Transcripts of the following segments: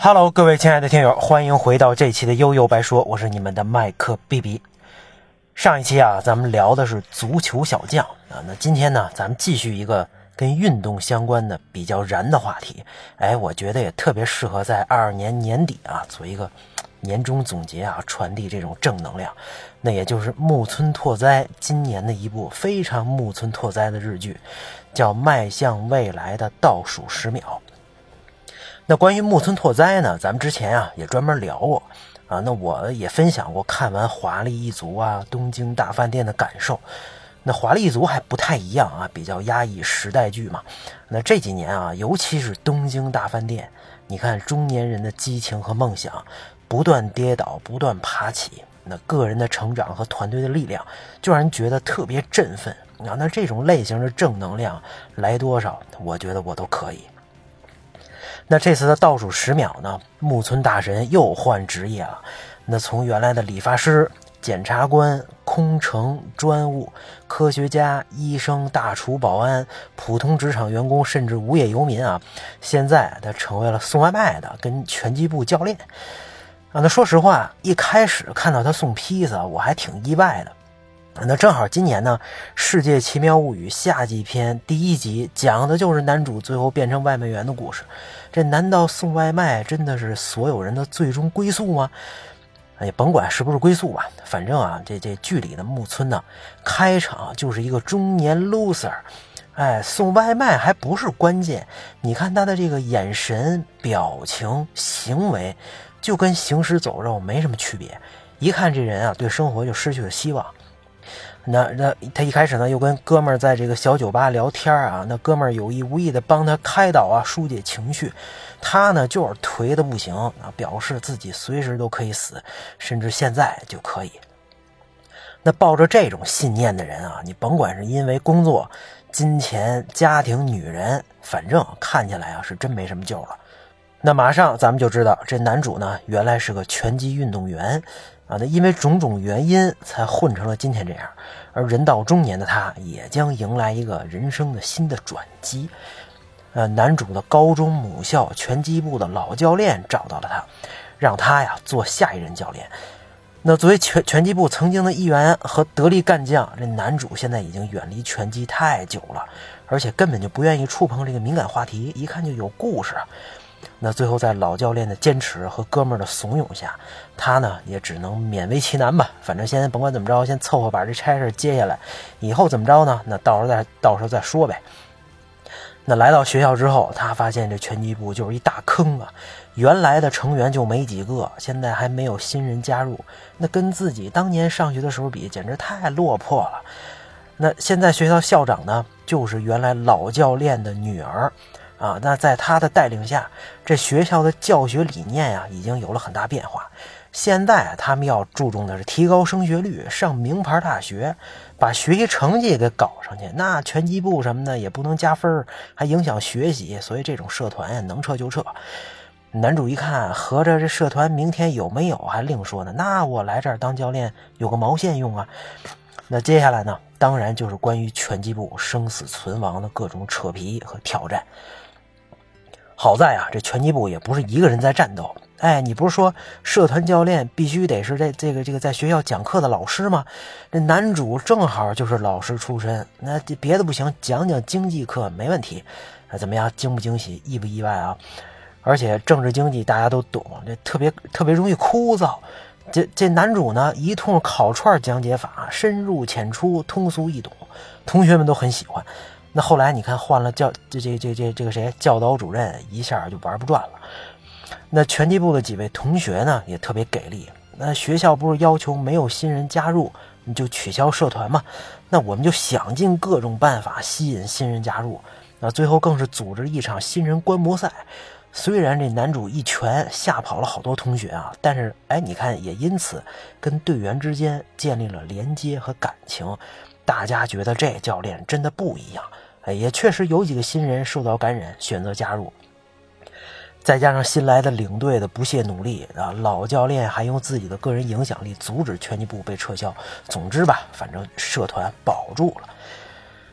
Hello， 各位亲爱的听友，欢迎回到这期的悠悠白说，我是你们的麦克 BB。上一期啊，咱们聊的是足球小将啊，那今天呢，咱们继续一个跟运动相关的比较燃的话题。我觉得也特别适合在22年年底啊，做一个年终总结啊，传递这种正能量。那也就是木村拓哉今年的一部非常木村拓哉的日剧，叫《迈向未来的倒数10秒》。那关于木村拓哉呢，咱们之前啊也专门聊过啊。那我也分享过看完《华丽一族》啊、《东京大饭店》的感受。那《华丽一族》还不太一样啊，比较压抑时代剧嘛。那这几年啊，尤其是《东京大饭店》，你看中年人的激情和梦想，不断跌倒，不断爬起，那个人的成长和团队的力量，就让人觉得特别振奋啊。那这种类型的正能量来多少，我觉得我都可以。那这次的倒数10秒呢，木村大神又换职业了。那从原来的理发师、检察官、空乘、专务、科学家、医生、大厨、保安、普通职场员工，甚至无业游民啊，现在他成为了送外卖的跟拳击部教练啊。那说实话，一开始看到他送披萨，我还挺意外的。那正好今年呢，《世界奇妙物语》夏季篇第1集讲的就是男主最后变成外卖员的故事。这难道送外卖真的是所有人的最终归宿吗？也甭管是不是归宿吧，反正啊，这剧里的木村呢，开场就是一个中年 loser。送外卖还不是关键，你看他的这个眼神、表情、行为，就跟行尸走肉没什么区别。一看这人啊，对生活就失去了希望。那他一开始呢，又跟哥们儿在这个小酒吧聊天啊，那哥们儿有意无意的帮他开导啊，疏解情绪。他呢就是颓的不行啊，表示自己随时都可以死，甚至现在就可以。那抱着这种信念的人啊，你甭管是因为工作、金钱、家庭、女人，反正看起来啊是真没什么救了。那马上咱们就知道，这男主呢原来是个拳击运动员啊，那因为种种原因才混成了今天这样，而人到中年的他也将迎来一个人生的新的转机。男主的高中母校拳击部的老教练找到了他，让他呀做下一任教练。那作为拳击部曾经的一员和得力干将，这男主现在已经远离拳击太久了，而且根本就不愿意触碰这个敏感话题，一看就有故事。那最后在老教练的坚持和哥们儿的怂恿下，他呢也只能勉为其难吧，反正先甭管怎么着，先凑合把这差事接下来，以后怎么着呢，那到时候再说呗。那来到学校之后，他发现这拳击部就是一大坑啊，原来的成员就没几个，现在还没有新人加入，那跟自己当年上学的时候比，简直太落魄了。那现在学校校长呢，就是原来老教练的女儿啊。那在他的带领下，这学校的教学理念呀，已经有了很大变化。现在他们要注重的是提高升学率，上名牌大学，把学习成绩给搞上去。那拳击部什么的也不能加分，还影响学习，所以这种社团呀，能撤就撤。男主一看，合着这社团明天有没有还另说呢，那我来这儿当教练有个毛线用啊。那接下来呢，当然就是关于拳击部生死存亡的各种扯皮和挑战。好在啊，这拳击部也不是一个人在战斗。你不是说社团教练必须得是这个在学校讲课的老师吗？这男主正好就是老师出身，那别的不行，讲经济课没问题。怎么样，惊不惊喜，意不意外啊？而且政治经济大家都懂，这特别容易枯燥。这男主呢，一通烤串讲解法，深入浅出，通俗易懂，同学们都很喜欢。那后来你看换了这个谁教导主任，一下就玩不转了。那拳击部的几位同学呢也特别给力，那学校不是要求没有新人加入你就取消社团吗？那我们就想尽各种办法吸引新人加入，那最后更是组织一场新人观摩赛。虽然这男主一拳吓跑了好多同学啊，但是你看也因此跟队员之间建立了连接和感情，大家觉得这教练真的不一样。也确实有几个新人受到感染选择加入，再加上新来的领队的不懈努力啊，老教练还用自己的个人影响力阻止拳击部被撤销。总之吧，反正社团保住了。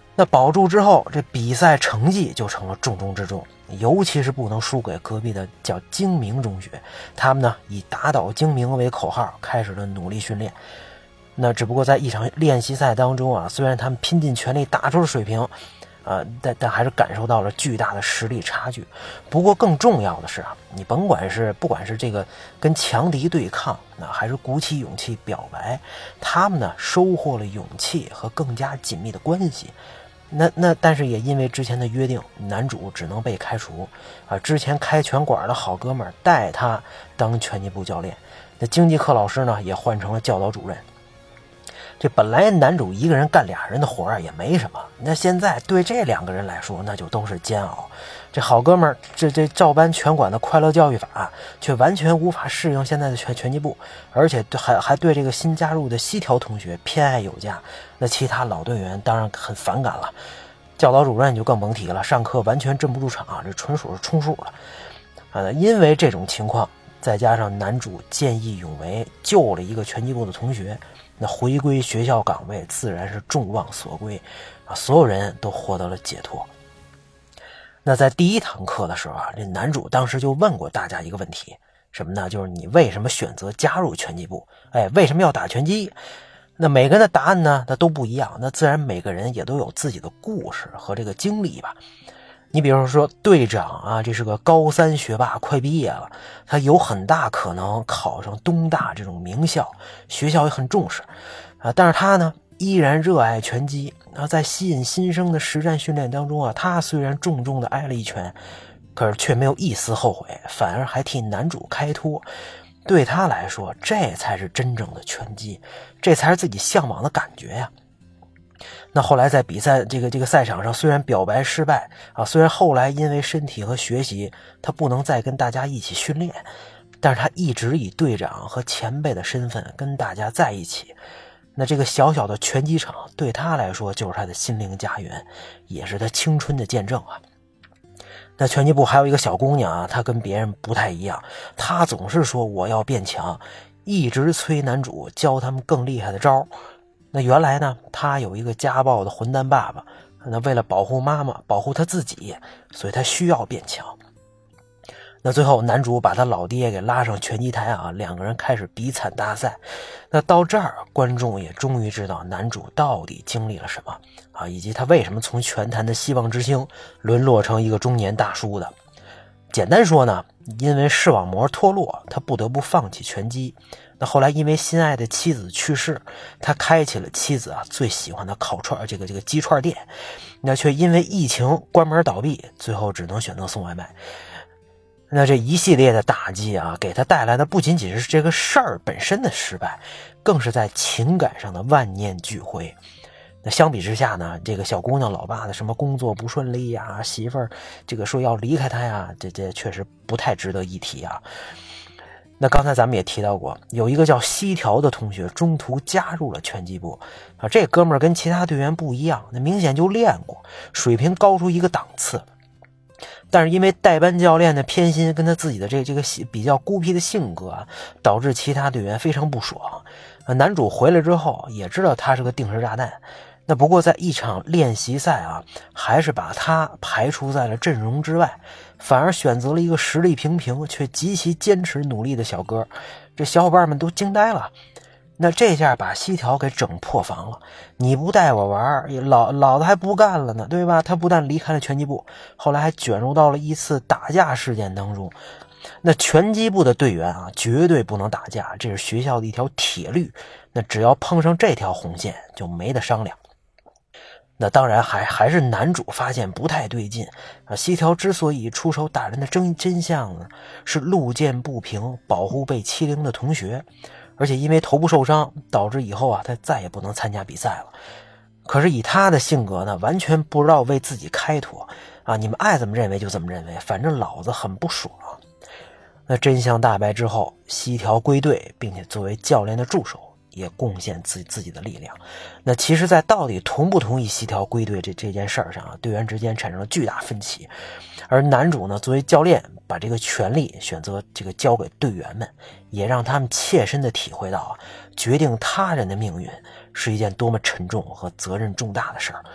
那保住之后，这比赛成绩就成了重中之重，尤其是不能输给隔壁的叫精明中学。他们呢以打倒精明为口号，开始了努力训练。那只不过在一场练习赛当中啊，虽然他们拼尽全力打出了水平，但还是感受到了巨大的实力差距。不过更重要的是啊，你不管是这个跟强敌对抗，还是鼓起勇气表白，他们呢收获了勇气和更加紧密的关系。但是也因为之前的约定，男主只能被开除啊。之前开拳馆的好哥们儿带他当拳击部教练，那经济课老师呢也换成了教导主任。这本来男主一个人干俩人的活也没什么，那现在对这2个人来说那就都是煎熬。这好哥们儿这照搬拳馆的快乐教育法，却完全无法适应现在的拳击部，而且还对这个新加入的西条同学偏爱有加。那其他老队员当然很反感了，教导主任就更甭提了，上课完全镇不住场，这纯属是充数了。因为这种情况，再加上男主见义勇为救了一个拳击部的同学，那回归学校岗位自然是众望所归啊！所有人都获得了解脱。那在第1堂课的时候啊，这男主当时就问过大家一个问题，什么呢？就是你为什么选择加入拳击部？为什么要打拳击？那每个人的答案呢，那都不一样。那自然每个人也都有自己的故事和这个经历吧。你比如说队长啊，这是个高3学霸，快毕业了，他有很大可能考上东大这种名校，学校也很重视啊。但是他呢依然热爱拳击啊，在吸引新生的实战训练当中啊，他虽然重重的挨了一拳，可是却没有一丝后悔，反而还替男主开脱。对他来说，这才是真正的拳击，这才是自己向往的感觉呀。那后来在比赛这个赛场上，虽然表白失败啊，虽然后来因为身体和学习他不能再跟大家一起训练，但是他一直以队长和前辈的身份跟大家在一起。那这个小小的拳击场对他来说就是他的心灵家园，也是他青春的见证啊。那拳击部还有一个小姑娘啊，她跟别人不太一样，她总是说我要变强，一直催男主教他们更厉害的招。那原来呢，他有一个家暴的混蛋爸爸，那为了保护妈妈，保护他自己，所以他需要变强。那最后男主把他老爹给拉上拳击台啊，2个人开始比惨大赛。那到这儿，观众也终于知道男主到底经历了什么啊，以及他为什么从拳坛的希望之星沦落成一个中年大叔的。简单说呢，因为视网膜脱落，他不得不放弃拳击。那后来因为心爱的妻子去世，他开启了妻子最喜欢的烤串这个鸡串店，那却因为疫情关门倒闭，最后只能选择送外卖。那这一系列的打击啊，给他带来的不仅仅是这个事儿本身的失败，更是在情感上的万念俱灰。那相比之下呢，这个小姑娘老爸的什么工作不顺利呀，媳妇儿这个说要离开他呀，这确实不太值得一提啊。那刚才咱们也提到过，有一个叫西条的同学中途加入了拳击部啊，这哥们儿跟其他队员不一样，那明显就练过，水平高出一个档次。但是因为代班教练的偏心跟他自己的这个比较孤僻的性格啊，导致其他队员非常不爽。男主回来之后也知道他是个定时炸弹，那不过在一场练习赛啊，还是把他排除在了阵容之外，反而选择了一个实力平平却极其坚持努力的小哥。这小伙伴们都惊呆了。那这下把西条给整破防了，你不带我玩，老子还不干了呢，对吧？他不但离开了拳击部，后来还卷入到了一次打架事件当中。那拳击部的队员啊，绝对不能打架，这是学校的一条铁律。那只要碰上这条红线，就没得商量。那当然还是男主发现不太对劲啊。西条之所以出手打人的真相呢，是路见不平，保护被欺凌的同学。而且因为头部受伤，导致以后啊他再也不能参加比赛了。可是以他的性格呢，完全不知道为自己开脱啊！你们爱怎么认为就怎么认为，反正老子很不爽。那真相大白之后，西条归队，并且作为教练的助手，也贡献自己的力量。那其实在到底同不同意西条归队这件事上啊，队员之间产生了巨大分歧。而男主呢，作为教练，把这个权利选择交给队员们，也让他们切身的体会到决定他人的命运是一件多么沉重和责任重大的事儿。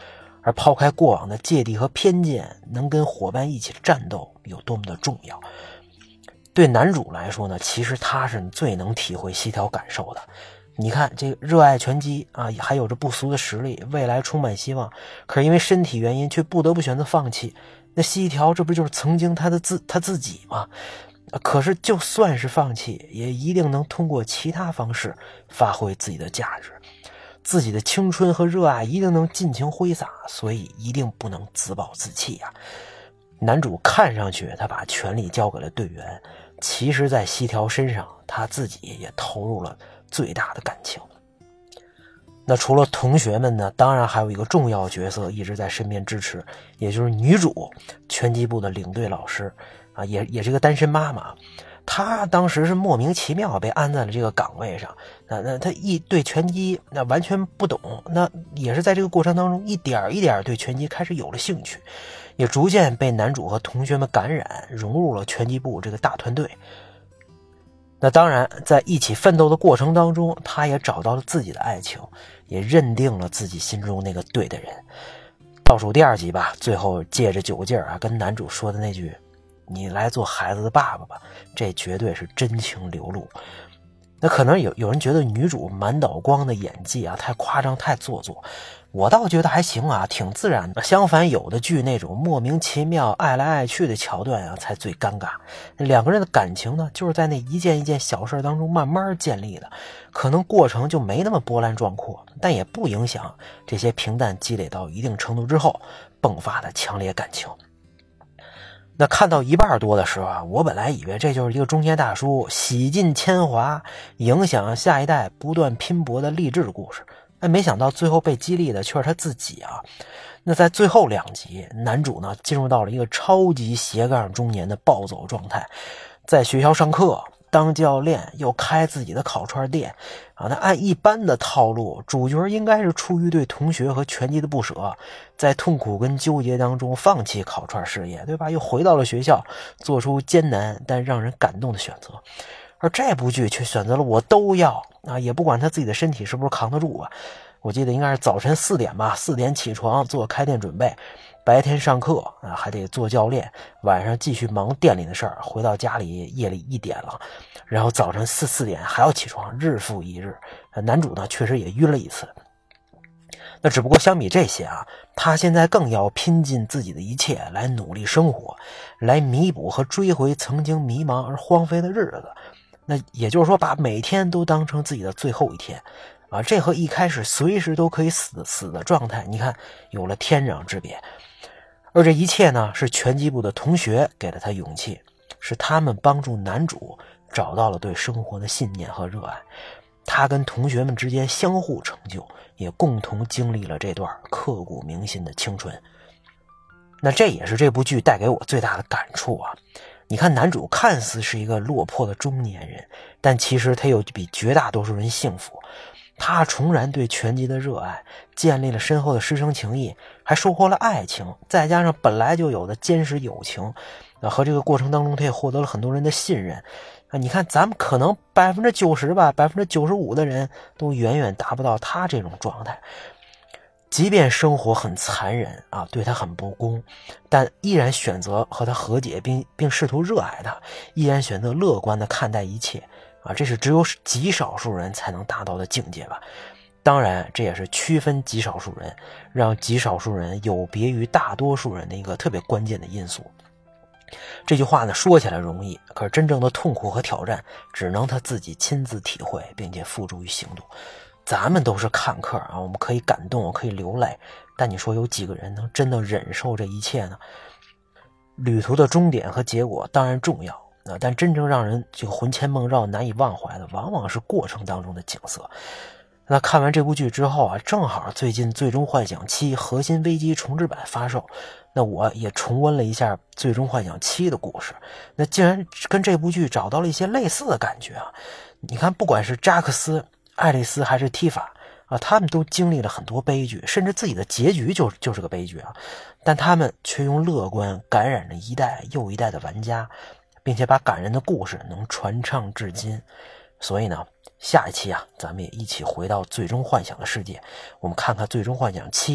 而抛开过往的芥蒂和偏见，能跟伙伴一起战斗有多么的重要。对男主来说呢，其实他是最能体会西条感受的。你看这个热爱拳击啊，还有着不俗的实力，未来充满希望，可是因为身体原因却不得不选择放弃。那西条这不就是曾经他自己吗？可是就算是放弃，也一定能通过其他方式发挥自己的价值，自己的青春和热爱一定能尽情挥洒，所以一定不能自暴自弃啊。男主看上去他把权力交给了队员，其实在西条身上他自己也投入了最大的感情。那除了同学们呢，当然还有一个重要角色一直在身边支持，也就是女主拳击部的领队老师啊，也是一个单身妈妈。她当时是莫名其妙被安在了这个岗位上，那她对拳击那完全不懂，那也是在这个过程当中一点一点对拳击开始有了兴趣，也逐渐被男主和同学们感染，融入了拳击部这个大团队。那当然在一起奋斗的过程当中，他也找到了自己的爱情，也认定了自己心中那个对的人。倒数第2集吧，最后借着酒劲啊，跟男主说的那句你来做孩子的爸爸吧，这绝对是真情流露。那可能有人觉得女主满岛光的演技啊太夸张太做作，我倒觉得还行啊，挺自然的。相反，有的剧那种莫名其妙爱来爱去的桥段啊才最尴尬。两个人的感情呢，就是在那一件一件小事当中慢慢建立的，可能过程就没那么波澜壮阔，但也不影响这些平淡积累到一定程度之后迸发的强烈感情。那看到一半多的时候啊，我本来以为这就是一个中年大叔洗尽铅华，影响下一代不断拼搏的励志故事，没想到最后被激励的却是他自己啊。那在最后2集，男主呢进入到了一个超级斜杠中年的暴走状态，在学校上课当教练，又开自己的烤串店啊。那按一般的套路，主角应该是出于对同学和拳击的不舍，在痛苦跟纠结当中放弃烤串事业，对吧？又回到了学校，做出艰难但让人感动的选择。而这部剧却选择了我都要啊，也不管他自己的身体是不是扛得住啊。我记得应该是早晨4点吧，4点起床做开店准备，白天上课啊，还得做教练，晚上继续忙店里的事儿，回到家里夜里1点了，然后早晨4点还要起床，日复一日。男主呢确实也晕了一次。那只不过相比这些啊，他现在更要拼尽自己的一切来努力生活，来弥补和追回曾经迷茫而荒废的日子。那也就是说，把每天都当成自己的最后一天啊，这和一开始随时都可以死的状态，你看有了天壤之别。而这一切呢，是拳击部的同学给了他勇气，是他们帮助男主找到了对生活的信念和热爱。他跟同学们之间相互成就，也共同经历了这段刻骨铭心的青春。那这也是这部剧带给我最大的感触啊。你看男主看似是一个落魄的中年人，但其实他又比绝大多数人幸福。他重燃对拳击的热爱，建立了深厚的师生情谊，还收获了爱情，再加上本来就有的坚实友情，和这个过程当中他也获得了很多人的信任。你看咱们可能90%吧，95%的人都远远达不到他这种状态。即便生活很残忍啊，对他很不公，但依然选择和他和解，并试图热爱他，依然选择乐观的看待一切啊，这是只有极少数人才能达到的境界吧。当然，这也是区分极少数人，让极少数人有别于大多数人的一个特别关键的因素。这句话呢，说起来容易，可是真正的痛苦和挑战，只能他自己亲自体会，并且付诸于行动。咱们都是看客啊，我们可以感动，可以流泪，但你说有几个人能真的忍受这一切呢？旅途的终点和结果当然重要，但真正让人这个魂牵梦绕难以忘怀的，往往是过程当中的景色。那看完这部剧之后啊，正好最近《最终幻想7核心危机重置版》发售，那我也重温了一下《最终幻想7》的故事，那竟然跟这部剧找到了一些类似的感觉啊！你看，不管是扎克斯、爱丽丝还是蒂法啊，他们都经历了很多悲剧，甚至自己的结局就是个悲剧啊，但他们却用乐观感染着一代又一代的玩家，并且把感人的故事能传唱至今。所以呢，下一期啊，咱们也一起回到最终幻想的世界，我们看看最终幻想7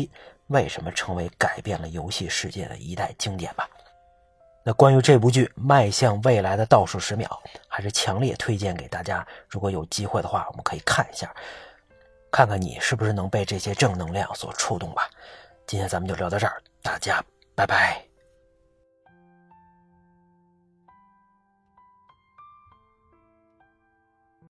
为什么成为改变了游戏世界的一代经典吧。那关于这部剧《迈向未来的倒数10秒》，还是强烈推荐给大家，如果有机会的话我们可以看一下，看看你是不是能被这些正能量所触动吧。今天咱们就聊到这儿，大家拜拜。